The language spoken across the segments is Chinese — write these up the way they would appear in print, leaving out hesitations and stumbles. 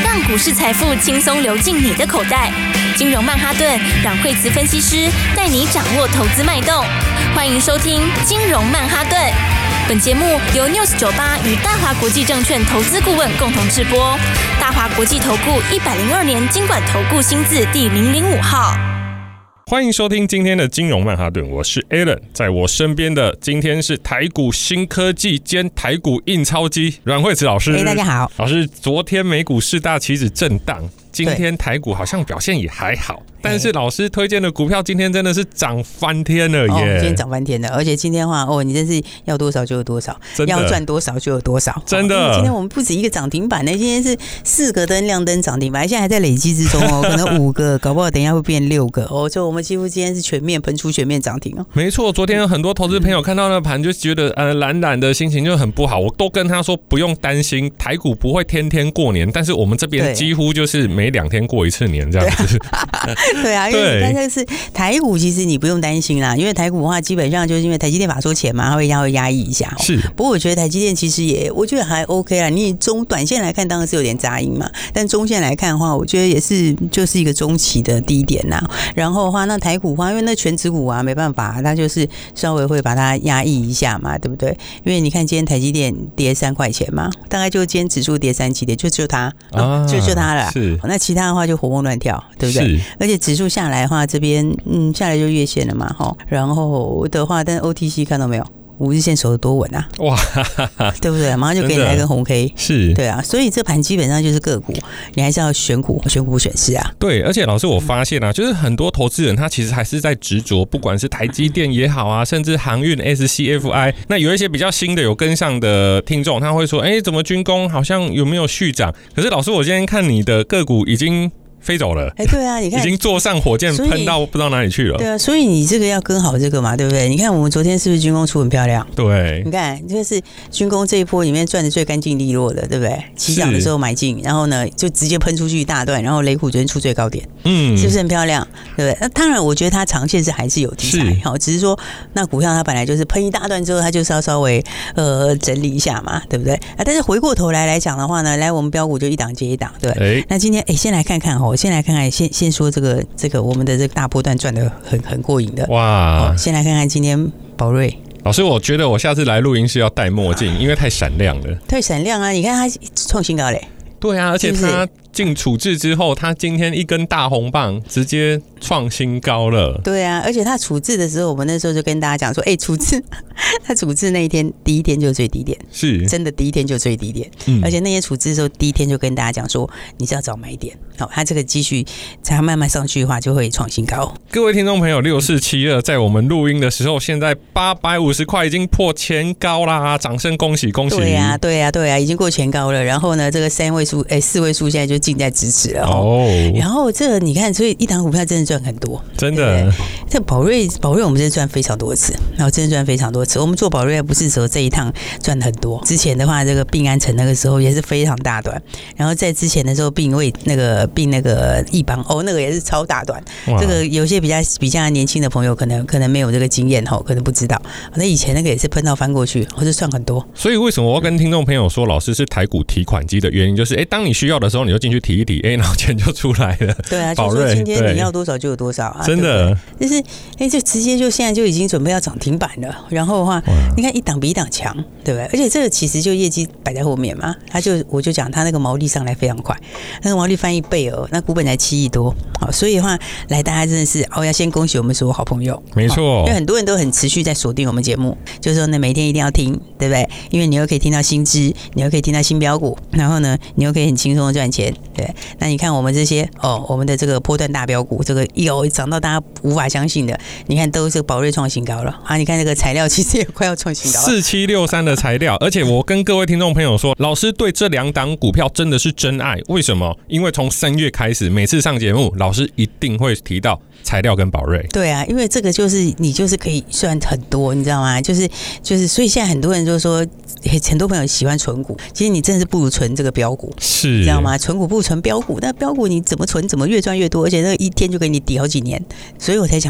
让股市财富轻松流进你的口袋。金融曼哈顿让惠慈分析师带你掌握投资脉动。欢迎收听金融曼哈顿。本节目由 News98 与大华国际证券投资顾问共同制播。大华国际投顾102年金管投顾新字第005号。 欢迎收听今天的金融曼哈顿，我是 Alan， 在我身边的今天是台股新科技兼台股印钞机阮惠慈老师。 大家好。 老师，昨天美股4大期指震荡，今天台股好像表现也还好，但是老师推荐的股票今天真的是涨翻天了耶！ 今天涨翻天了，而且今天的话，你真是要多少就有多少，要赚多少就有多少， 真的。 今天我们不止一个涨停板呢，今天是4个灯亮灯涨停板，现在还在累积之中哦，可能5个，搞不好等一下会变6个哦，所以我们几乎今天是全面喷出全面涨停哦。 没错，昨天很多投资朋友看到那盘就觉得懒懒的心情就很不好，我都跟他说不用担心，台股不会天天过年，但是我们这边几乎就是每2天过一次年这样子。 对啊，因为你看这是台股，其实你不用担心啦，因为台股的话基本上就是因为台积电法说钱嘛，它会压抑一下。 是， 不过我觉得台积电其实我觉得还 OK 啦。你短线来看当然是有点杂音嘛，但中线来看的话，我觉得也是就是一个中期的低点啦。然后的话，那台股的话，因为那全指股啊没办法，它就是稍微会把它压抑一下嘛，对不对？因为你看今天台积电跌3块钱嘛，大概就今天指数跌3几点，就只有它，就它了。是，那其他的话就活蹦乱跳，对不对？而且指数下来的话，这边下来就月线了嘛，然后的话，但是 OTC 看到没有？5日线守得多稳啊！哇，对不对？马上就给你来个红 K， 是， 对啊，所以这盘基本上就是个股，你还是要选股选市啊。 对，而且老师我发现啊，就是很多投资人他其实还是在执着，不管是台积电也好啊，甚至航运 SCFI， 那有一些比较新的有跟上的听众，他会说，怎么军工好像有没有续涨？可是老师，我今天看你的个股已经飞走了， 对啊，你看已经坐上火箭喷到不知道哪里去了。 对啊，所以你这个要跟好这个嘛，对不对？你看我们昨天是不是军工出很漂亮？ 对， 你看就是军工这一波里面赚的最干净利落的，对不对？起涨的时候买进，然后呢就直接喷出去一大段，然后雷虎昨天出最高点，是不是很漂亮？对不对？那当然，我觉得它长线是还是有题材，好，只是说那股票它本来就是喷一大段之后，它就是要稍微整理一下嘛，对不对？但是回过头来讲的话呢，来我们标股就一档接一档，对。那今天先来看看先说这个我们的这个大波段赚的很过瘾的哇！先来看看今天宝瑞老师，我觉得我下次来录音是要戴墨镜，因为太闪亮了。 太闪亮啊！你看它创新高嘞。 对啊，而且它进处置之后，它今天一根大红棒直接创新高了。对啊，而且它处置的时候，我们那时候就跟大家讲说，处置它处置那一天第一天就最低点，是真的第一天就最低点。而且那些处置的时候，第一天就跟大家讲说，你是要找买点，它这个继续才慢慢上去的话，就会创新高。 各位听众朋友，6472在我们录音的时候，现在850块已经破前高啦，掌声恭喜恭喜！ 对啊，已经过前高了。然后呢，这个4位数现在就近在咫尺了哦。然后这个你看，所以一档股票真的赚很多， 真的。 这宝瑞我们真的赚非常多次，然后真的赚非常多次。我们做宝瑞不是说这一趟赚很多，之前的话这个并安城那个时候也是非常大段，然后在之前的时候并那个易邦那个也是超大段。这个有些比较年轻的朋友可能没有这个经验可能不知道。那以前那个也是喷到翻过去，或者赚很多。 所以为什么我要跟听众朋友说，老师是台股提款机的原因，就是当你需要的时候，你就进去提一提，然后钱就出来了。 对啊，就说今天你要多少就有多少啊， 真的。 就是就直接就现在就已经准备要涨停板了。然后的话，你看一档比一档强，对不对？而且这个其实就业绩摆在后面嘛，我就讲它那个毛利上来非常快，那个毛利翻1倍那股本才7亿多。好，所以的话来大家真的是要先恭喜我们所有好朋友， 没错。 因为很多人都很持续在锁定我们节目，就是说呢每天一定要听，对不对？因为你又可以听到新知，你又可以听到新标股，然后呢你又可以很轻松的赚钱。对，那你看我们这些我们的这个波段大标股，这个涨到大家无法相信的，你看都是宝瑞创新高了啊！你看这个材料其实也快要创新高了 ，4763的材料。而且我跟各位听众朋友说，老师对这2档股票真的是真爱。为什么？因为从3月开始，每次上节目，老师一定会提到材料跟宝瑞。 对啊，因为这个就是你就是可以赚很多，你知道吗？就是所以现在很多人就说，很多朋友喜欢存股，其实你真的是不如存这个标股，是，你知道吗？存股不如存标股，那标股你怎么存怎么越赚越多，而且那一天就给你抵好几年。所以我才讲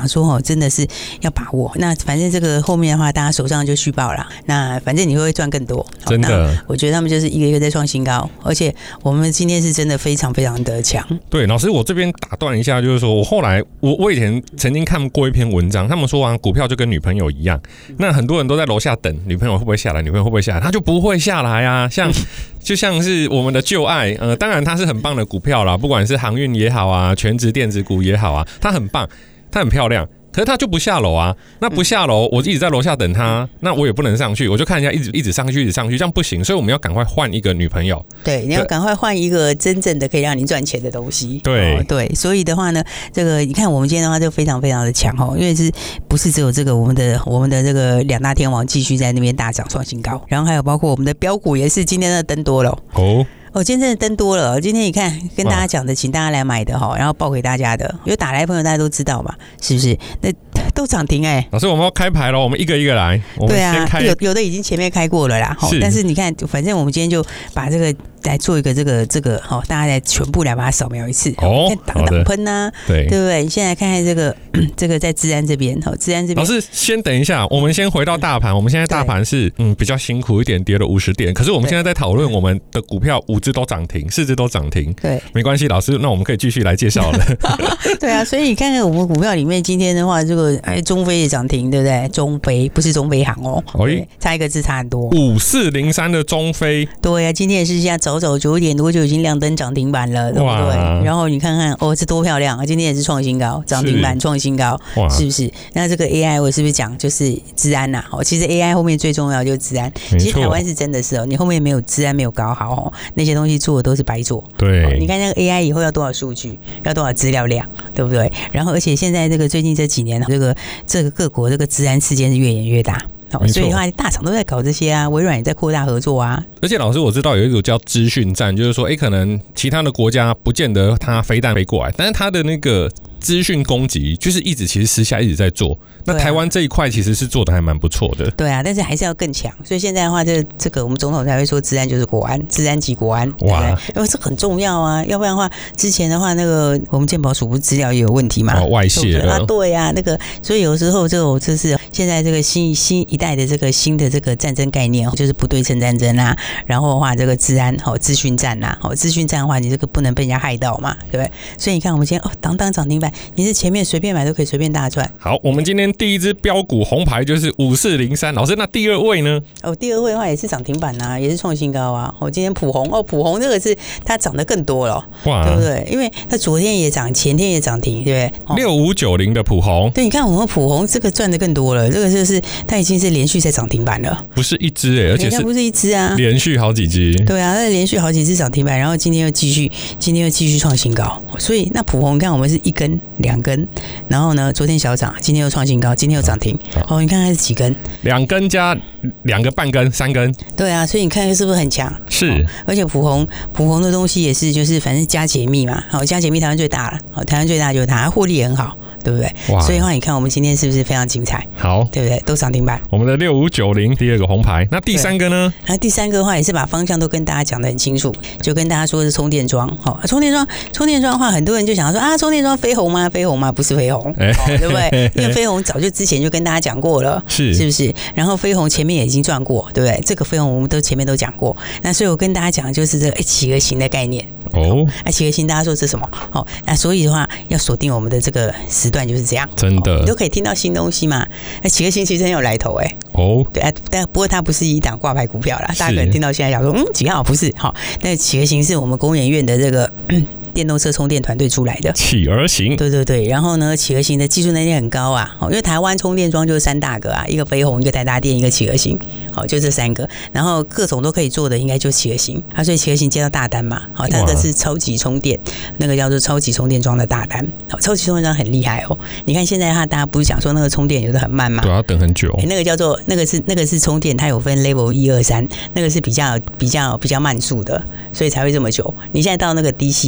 说真的是要把握。那反正这个后面的话，大家手上就续报啦。那反正你会赚更多， 真的。 我觉得他们就是一个一个在创新高，而且我们今天是真的非常非常的强。 对，老师，我这边打断一下，就是说我后来我以前曾经看过一篇文章，他们说股票就跟女朋友一样，那很多人都在楼下等女朋友会不会下来，女朋友会不会下来，他就不会下来啊，就像是我们的旧爱，当然它是很棒的股票啦，不管是航运也好啊，全职电子股也好啊，它很棒，它很漂亮。可是他就不下楼啊，那不下楼，我一直在楼下等他，那我也不能上去，我就看人家一直上去，一直上去，这样不行，所以我们要赶快换一个女朋友。 对，你要赶快换一个真正的可以让你赚钱的东西。 对、 对，所以的话呢，这个你看我们今天的话就非常非常的强因为不是只有这个我们的这个两大天王继续在那边大涨创新高，然后还有包括我们的标股也是今天的登多了今天真的登多了。今天你看跟大家讲的，请大家来买的然后报给大家的，有打来的朋友大家都知道嘛，是不是？那都涨停老师，我们要开牌了，我们一个一个来。 对啊，有的已经前面开过了啦，但是你看，反正我们今天就把这个来做一个这个大家来全部来把它扫描一次看挡喷啊，对不对？现在看看这个在资安这边资安这边。 老师先等一下，我们先回到大盘。我们现在大盘是比较辛苦一点，跌了50点。可是我们现在在讨论我们的股票5只都涨停，4只都涨停。对，没关系，老师，那我们可以继续来介绍了。 对啊，所以你看看我们股票里面今天的话，这个中飞也涨停，对不对？中飞不是中飞航差一个字差很多。 5403的中飞，对啊，今天也是现在早9点多就已经亮灯涨停板了，对不对？然后你看看这多漂亮啊！今天也是创新高，涨停板创新高，是不是？那这个 AI 我是不是讲就是资安呐？其实 AI 后面最重要就是资安。其实台湾是真的是你后面没有资安没有搞好那些东西做的都是白做。对，你看那个 AI 以后要多少数据，要多少资料量，对不对？然后而且现在这个最近这几年这个各国这个资安事件是越演越大。所以的话，大厂都在搞这些啊，微软也在扩大合作啊。 而且老师，我知道有一个叫资讯战，就是说，可能其他的国家不见得它飞弹飞过来，但是它的那个资讯攻击就是其实私下一直在做。那台湾这一块其实是做的还蛮不错的。 对啊，但是还是要更强。所以现在的话，这个我们总统才会说，治安就是国安，治安即国安。哇，因为这很重要啊，要不然的话，之前的话那个我们健保署不资料也有问题嘛， 外泄了。 对啊，那个所以有时候这是现在这个新一代的这个新的这个战争概念，就是不对称战争啊，然后的话这个治安资讯战啊，资讯战的话你这个不能被人家害到嘛，对不对？所以你看我们今天当涨停板，你是前面随便买都可以随便大赚。 好，我们今天第一支标股红牌就是5403，老师，那第二位呢？ 第二位的话也是涨停板啊，也是创新高啊。今天普红普红这个是它涨得更多了，哇，对不对？因为它昨天也涨，前天也涨停，对不对？6590的普红， 对，你看我们普红这个赚得更多了，这个就是它已经是连续在涨停板了， 不是一支而且是不是一支啊， 连续好几支。 对啊，它连续好几支涨停板，然后今天又继续创新高，所以那普红你看我们是1根2根，然后呢昨天小涨，今天又创新高，今天又涨停。你看它是几根 ？2根加2个半根，3根。 对啊，所以你看是不是很强？ 是， 而且普红的东西也是，就是反正加解密嘛，加解密台湾最大了，台湾最大就是它，获利也很好。对不对？所以的话，你看我们今天是不是非常精彩？ 好， 对不对？都涨停板。 我们的6590第二个红牌，那第三个呢？ 那第三个的话也是把方向都跟大家讲得很清楚，就跟大家说是充电桩。充电桩的话，很多人就想说啊，充电桩飞鸿吗？飞鸿吗？不是飞鸿，对不对？因为飞鸿早就之前就跟大家讲过了，是不是？然后飞鸿前面也已经赚过，对不对？这个飞鸿我们都前面都讲过。那所以我跟大家讲的就是这个企鹅型的概念。企鹅型大家说是什么？那所以的话要锁定我们的这个时段就是这样， 真的， 你都可以听到新东西嘛。那企鹅型其实很有来头对但不过它不是一档挂牌股票啦，大家可能听到现在想说几号不是但企鹅型是我们工研院的这个电动车充电团队出来的企鹅型， 对，然后呢，企鹅型的技术能力很高啊，因为台湾充电桩就是3大个啊，一个飞鸿，一个台达电，一个企鹅型，就这3个，然后各种都可以做的，应该就企鹅型，所以企鹅型接到大单嘛，那个是超级充电，那个叫做超级充电桩的大单，超级充电桩很厉害你看现在大家不是讲说那个充电有的很慢吗？ 对，要等很久。 那个叫做那个是充电，它有分 level 1、2、3，那个是比较慢速的，所以才会这么久。你现在到那个 DC 就是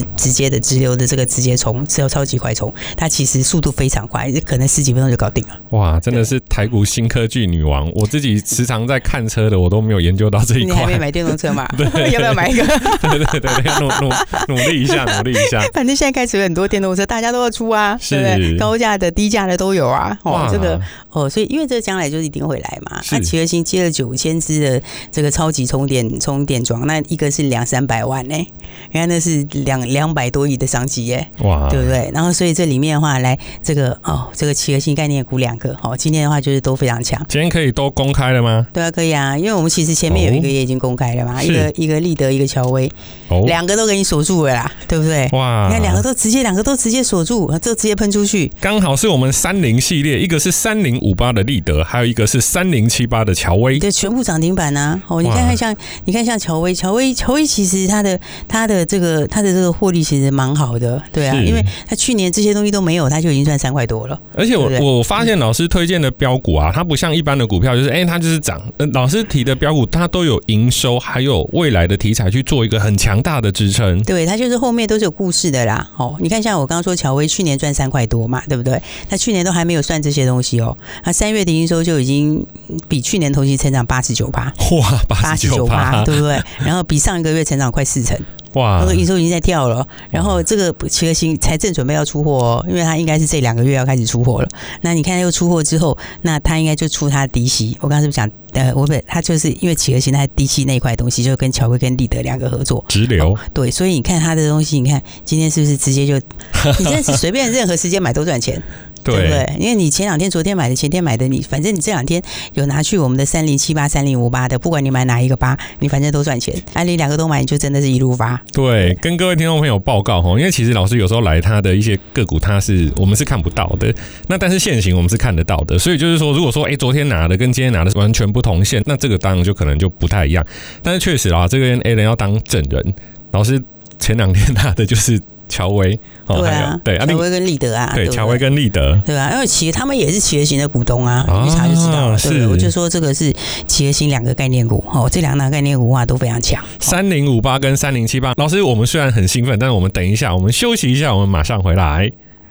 直接的直流的这个直接冲，超级快冲，它其实速度非常快，可能10几分钟就搞定了。 哇，真的是台股新科技女王！我自己时常在看车的，我都没有研究到这一块。 你还没买电动车嘛？要不要买一个？ 对，努力一下。 反正现在开始有很多电动车，大家都要出啊，对不对？高价的、低价的都有啊。这个所以因为这将来就一定会来嘛。那企鹅星接了9000支的这个超级充电桩，那一个是200-300万呢，你看那是200多亿的商机耶，哇，对不对？然后所以这里面的话，来这个企鹅星概念股2个，今天的话就是都非常强。 今天可以都公开了吗？ 对啊，可以啊，因为我们其实前面有一个也已经公开了嘛，一个立德，一个乔威，2个都给你锁住了啦，对不对？哇，你看两个都直接锁住，这直接喷出去， 刚好是我们30系列，一个是3058的立德，还有一个是3078的乔威， 对，全部涨停板啊！你看像乔威其实它的这个获利其实蛮好的，对啊，因为它去年这些东西都没有，它就已经赚3块多了。 而且我发现老师推荐的标股啊，它不像一般的股票，就是它就是涨。老师提的标股，它都有营收，还有未来的题材去做一个很强大的支撑。 对，它就是后面都是有故事的啦。你看像我刚刚说乔威去年赚3块多嘛，对不对？它去年都还没有算这些东西哦，它3月的营收就已经比去年同期成长89%， 哇，89%， 对不对？然后比上一个月成长快4成。哇，那个营收已经在跳了，然后这个企鹅星才正准备要出货哦，因为它应该是这2个月要开始出货了。那你看又出货之后，那它应该就出它的低息。我刚刚是不是讲它就是因为企鹅星它低息那一块东西，就跟乔威跟立德2个合作直流。 对，所以你看它的东西，你看今天是不是直接就，你真的是随便任何时间买都赚钱。对不对？因为你前2天、昨天买的、前天买的，反正你这2天有拿去我们的3078、3058的，不管你买哪一个8，你反正都赚钱。你2个都买，你就真的是一路发。 对，跟各位听众朋友报告因为其实老师有时候来他的一些个股，我们是看不到的，那但是现行我们是看得到的，所以就是说，如果说昨天拿的跟今天拿的完全不同线，那这个当然就可能就不太一样。但是确实啦，这个 Alan 要当证人，老师前2天拿的就是乔威， 对啊，对，乔威跟立德啊， 对，乔威跟立德， 对啊，因为他们也是企鹅型的股东啊，一查就知道了，对不对？我就说这个是企鹅型2个概念股，这2档概念股都非常强。 3058跟3078，老师，我们虽然很兴奋，但是我们等一下，我们休息一下，我们马上回来。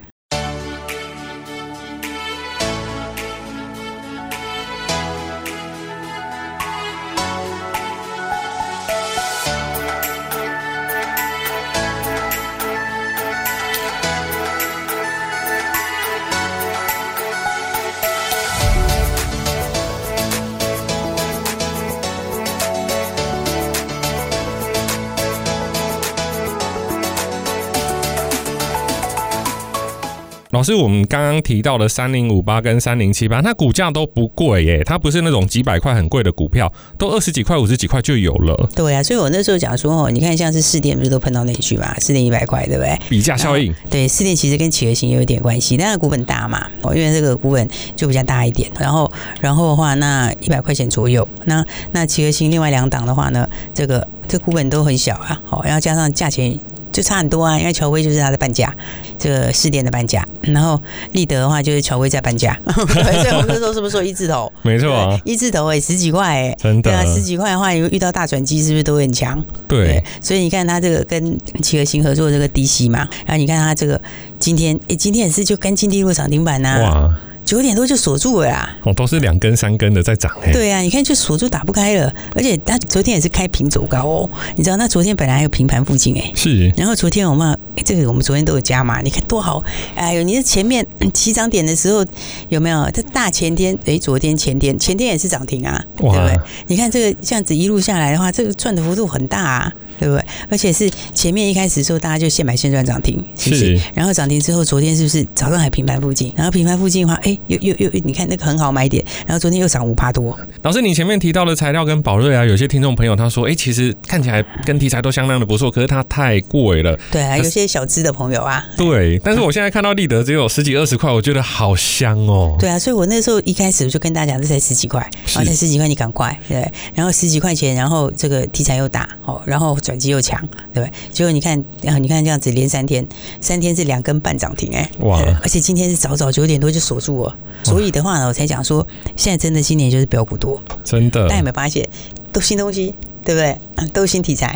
老师，我们刚刚提到的3058跟3078，它股价都不贵耶，它不是那种几百块很贵的股票，都20几块、50几块就有了。 对啊，所以我那时候讲说，你看像是士电不是都喷到那里去嘛，士电100块，对不对？ 比价效应。 对，士电其实跟企鹅型有一点关系，但是股本大嘛，因为这个股本就比较大一点。然后的话，那100块钱左右，那企鹅型另外2档的话呢，这股本都很小啊，然后加上价钱就差很多啊，因为乔威就是它的半价，这个士电的半价，然后立德的话就是乔威在半价，所以我们那时候是不是说1字头？ 没错啊 ，1字头10几块真的， 对啊，10几块的话，遇到大转机是不是都很强？ 对， 所以你看它这个跟企鹅型合作这个低息嘛，然后你看它这个今天也是就干净地入涨停板呐，哇！9点多就锁住了啦， 都是2根3根的在涨对啊，你看就锁住打不开了，而且它昨天也是开平走高哦，你知道那昨天本来还有平盘附近是， 然后昨天我们这个我们昨天都有加码，你看多好，哎呦，你是前面起涨点的时候有没有？这大前天昨天前天也是涨停啊，对不对？你看这个这样子一路下来的话，这个赚的幅度很大啊。对不对？而且是前面一开始的时候，大家就现买现赚涨停，是不是？然后涨停之后，昨天是不是早上还平盘附近？然后平盘附近的话，又你看那个很好买点，然后昨天又涨5%多。 老师，你前面提到的材料跟宝瑞啊，有些听众朋友他说，其实看起来跟题材都相当的不错，可是它太贵了。 对啊，有些小资的朋友啊。 对，但是我现在看到立德只有10几20块，我觉得好香哦。 对啊，所以我那时候一开始我就跟大家讲，这才10几块，然后才10几块，你赶快对，然后10几块钱，然后这个题材又大然后转机又强，对不对？结果你看这样子连3天是2根半涨停哇！而且今天是早9点多就锁住了，所以的话呢，我才讲说，现在真的今年就是标股多， 真的。 大家有没有发现，都新东西，对不对？都新题材。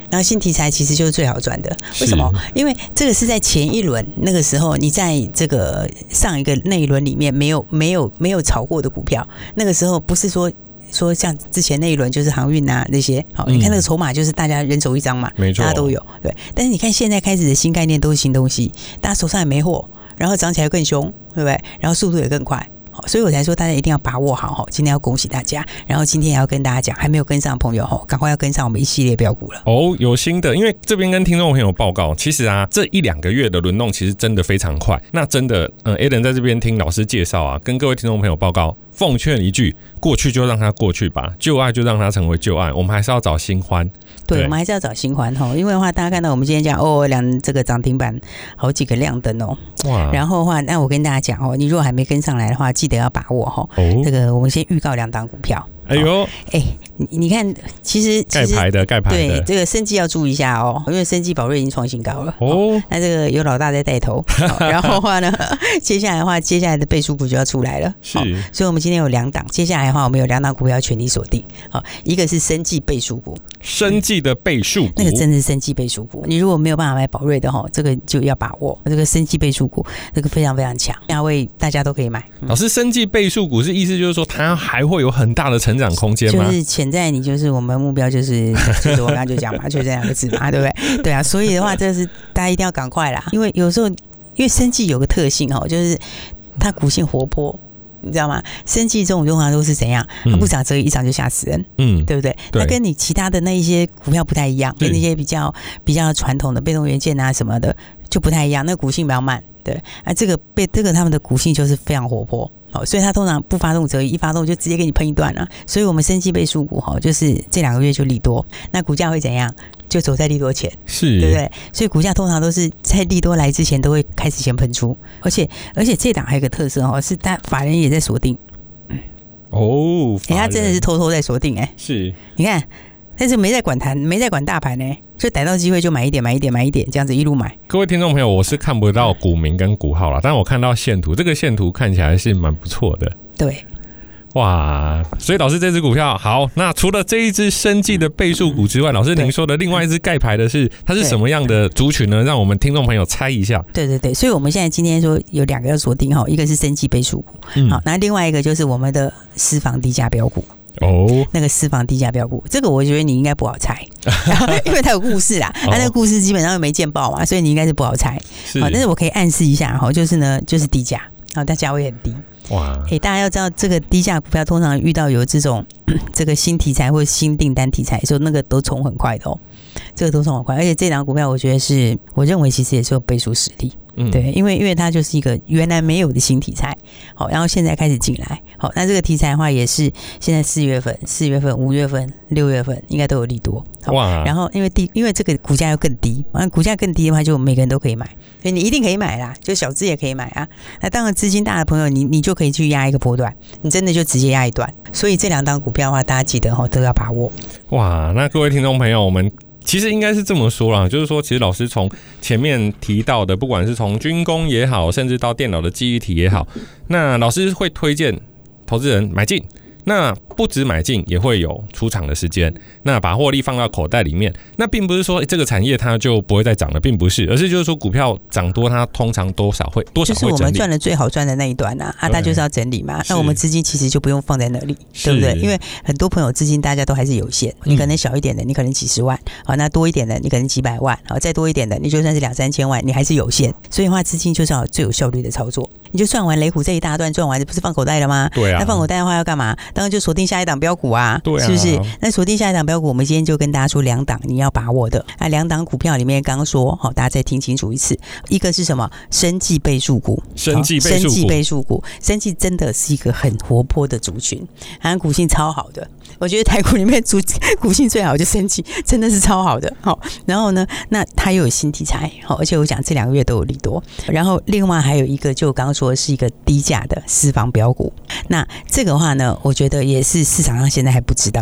然后新题材其实就是最好赚的。为什么？因为这个是在前一轮那个时候，你在这个上一个那一轮里面没有炒过的股票，那个时候不是说像之前那一轮就是航运啊那些，好，你看那个筹码就是大家人手一张嘛， 没错， 大家都有，对。但是你看现在开始的新概念都是新东西，大家手上也没货，然后涨起来更凶，对不对？然后速度也更快。所以我才说大家一定要把握好，今天要恭喜大家，然后今天也要跟大家讲，还没有跟上的朋友赶快要跟上我们一系列标股了。 有新的，因为这边跟听众朋友报告，其实啊，这1-2个月的轮动其实真的非常快。那真的，Alan 在这边听老师介绍啊，跟各位听众朋友报告，奉劝一句，过去就让它过去吧，旧爱就让它成为旧爱，我们还是要找新欢。 对，我们还是要找新欢因为的话，大家看到我们今天讲这个涨停板好几个亮灯哇！然后的话，那我跟大家讲你如果还没跟上来的话，记得要把握这个我们先预告2档股票。 哎呦， 你看，其实盖牌的， 对这个生技要注意一下因为生技宝瑞已经创新高了那这个有老大在带头然后的话呢，接下来的倍数股就要出来了， 是， 所以我们今天有2档，接下来的话我们有2档股票全力锁定一个是生技倍数股， 生技的倍数股， 那个真的是生技倍数股，你如果没有办法买宝瑞的这个就要把握这个生技倍数股，这个非常非常强，价位大家都可以买。 老师，生技倍数股是意思就是说它还会有很大的成长空间吗？ 就是潜在你就是我们目标就是我刚刚就讲嘛，就这2个字嘛，对不对？对啊，所以的话，这是大家一定要赶快啦，因为有时候因为生技有个特性就是它股性活泼。你知道吗？生技这种通常都是怎样？它不涨则已，一涨就吓死人，对不对？它跟你其他的那一些股票不太一样，跟那些比较传统的被动元件啊什么的就不太一样，那股性比较慢，对这个他们的股性就是非常活泼。所以它通常不发动则已，一发动就直接给你喷一段了。所以我们生技倍数股就是这2个月就利多，那股价会怎样？就走在利多前， 是， 对不对？所以股价通常都是在利多来之前都会开始先喷出，而且这档还有一个特色是法人也在锁定他真的是偷偷在锁定是， 你看。但是没在管大盘就逮到机会就买一点，这样子一路买。 各位听众朋友，我是看不到股名跟股号啦，但我看到线图，这个线图看起来是蛮不错的。 对， 哇，所以老师这支股票好，那除了这一支生技的倍数股之外，老师您说的另外一支盖牌的是它是什么样的族群呢？让我们听众朋友猜一下。 对，所以我们现在今天说有2个要锁定一个是生技倍数股，好，那另外一个就是我们的私房低价标股。那个私房低价标股，这个我觉得你应该不好猜，因为它有故事啦，它那个故事基本上又没见报嘛，所以你应该是不好猜。但是我可以暗示一下就是呢，就是低价，但价位很低。哇！大家要知道，这个低价股票通常遇到有这种这个新题材或者新订单题材的时候，那个都冲很快的这个都冲很快。而且这档股票，我认为其实也是有倍数实力。对，因为它就是一个原来没有的新题材，然后现在开始进来，那这个题材的话也是现在4月份、5月份、6月份应该都有利多，哇！然后因为这个股价又更低，股价更低的话，就每个人都可以买，所以你一定可以买啦，就小资也可以买啊。那当然资金大的朋友，你就可以去压一个波段，你真的就直接压一段。所以这2档股票的话，大家记得都要把握。 哇！那各位听众朋友，我们其实应该是这么说啦，就是说，其实老师从前面提到的，不管是从军工也好，甚至到电脑的记忆体也好，那老师会推荐投资人买进。那不止买进，也会有出场的时间。那把获利放到口袋里面，那并不是说这个产业它就不会再涨了，并不是，而是就是说股票涨多，它通常多少会整理。 就是我们赚的最好赚的那一段它就是要整理嘛。那我们资金其实就不用放在那里，对不对？因为很多朋友资金大家都还是有限，你可能小一点的，你可能几十万，那多一点的，你可能几百万，再多一点的，你就算是2-3千万，你还是有限。所以的话，资金就是要最有效率的操作。你就算完雷虎这一大段赚完，不是放口袋了吗？ 对啊。 那放口袋的话要干嘛？当然就锁定下一档标股啊， 对啊， 是不是？那锁定下一档标股，我们今天就跟大家说2档你要把握的。2档股票里面刚刚说，大家再听清楚一次，一个是什么？生技倍数股，生技倍数股，生技真的是一个很活泼的族群，股性超好的。我觉得台股里面股性最好就生技，真的是超好的。然后呢，那它又有新题材，而且我讲这2个月都有利多。然后另外还有一个，就我刚刚说的是一个低价的私房标股。那这个的话呢，我觉得也是市场上现在还不知道的。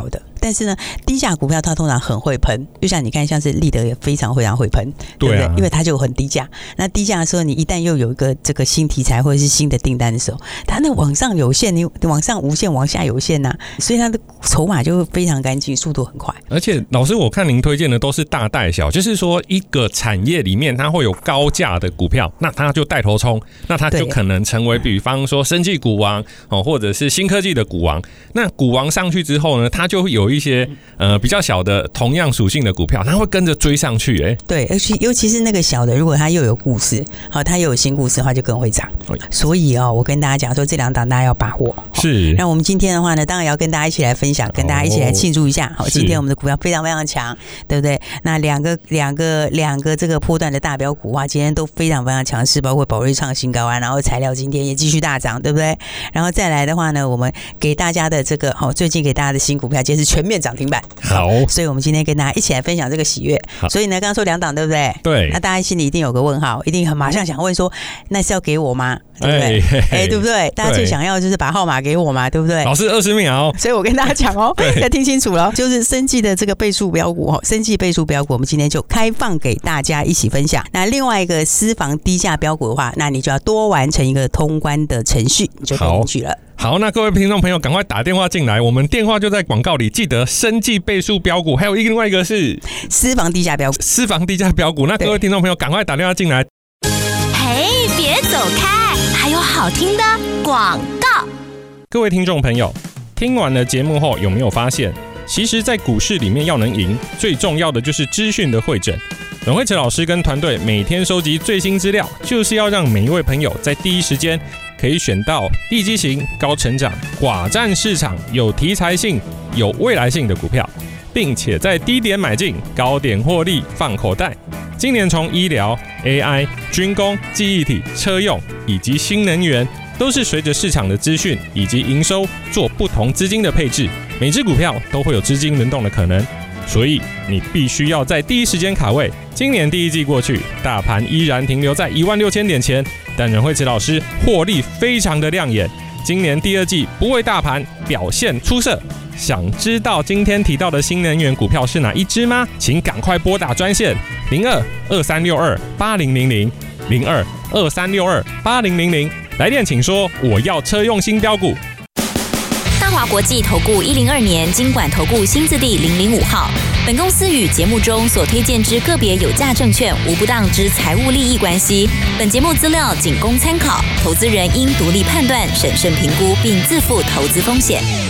但是呢，低价股票它通常很会喷，就像你看，像是立德也非常会喷，对不对？因为它就很低价。那低价的时候，你一旦又有一个这个新题材或者是新的订单的时候，它那往上有限，你往上无限，往下有限呐、所以它的筹码就非常干净，速度很快。 而且老师，我看您推荐的都是大带小，就是说一个产业里面它会有高价的股票，那它就带头冲，那它就可能成为比方说生技股王或者是新科技的股王。那股王上去之后呢，它就会有一些比较小的同样属性的股票，它会跟着追上去。 对，尤其是那个小的，如果它又有故事，它又有新故事的话，就更会涨。所以我跟大家讲说，这2档大家要把握。 是。 那我们今天的话呢，当然要跟大家一起来分享，跟大家一起来庆祝一下。好，今天我们的股票非常非常强，对不对？那两个这个波段的大标股今天都非常非常强势，包括宝瑞创新高然后材料今天也继续大涨，对不对？然后再来的话呢，我们给大家的这个最近给大家的新股票，今天是全面涨停板。 好， 所以我们今天跟大家一起来分享这个喜悦。所以呢，刚刚说2档，对不对？ 对。 那大家心里一定有个问号，一定马上想问说，那是要给我吗？对不对？对不对？大家最想要的就是把号码给我嘛，对不对？ 老师20秒。 所以我跟大家讲要听清楚了，就是生技的这个倍数标股生技倍数标股，我们今天就开放给大家一起分享。那另外一个私房低价标股的话，那你就要多完成一个通关的程序，你就可以领取了。 好，那各位听众朋友，赶快打电话进来，我们电话就在广告里。记得生技倍数标股，还有另外一个是私房低价标股。 私房低价标股，那各位听众朋友，赶快打电话进来。 嘿，别走开，还有好听的广告。 各位听众朋友，听完了节目后，有没有发现，其实在股市里面要能赢，最重要的就是资讯的汇整。阮慧慈老师跟团队每天收集最新资料，就是要让每一位朋友在第一时间可以选到低基型、高成长、寡占市场、有题材性、有未来性的股票，并且在低点买进，高点获利放口袋。今年从医疗、AI、军工、记忆体、车用以及新能源，都是随着市场的资讯以及营收做不同资金的配置，每只股票都会有资金轮动的可能，所以你必须要在第一时间卡位。今年第一季过去，大盘依然停留在16000点前，但阮慧慈老师获利非常的亮眼。今年第2季不为大盘表现出色。想知道今天提到的新能源股票是哪一支吗？请赶快拨打专线02-2362-8000 02-2362-8000，来电请说我要车用新标股。 大华国际投顾102年金管投顾新字第005号。本公司与节目中所推荐之个别有价证券无不当之财务利益关系。本节目资料仅供参考，投资人应独立判断、审慎评估，并自负投资风险。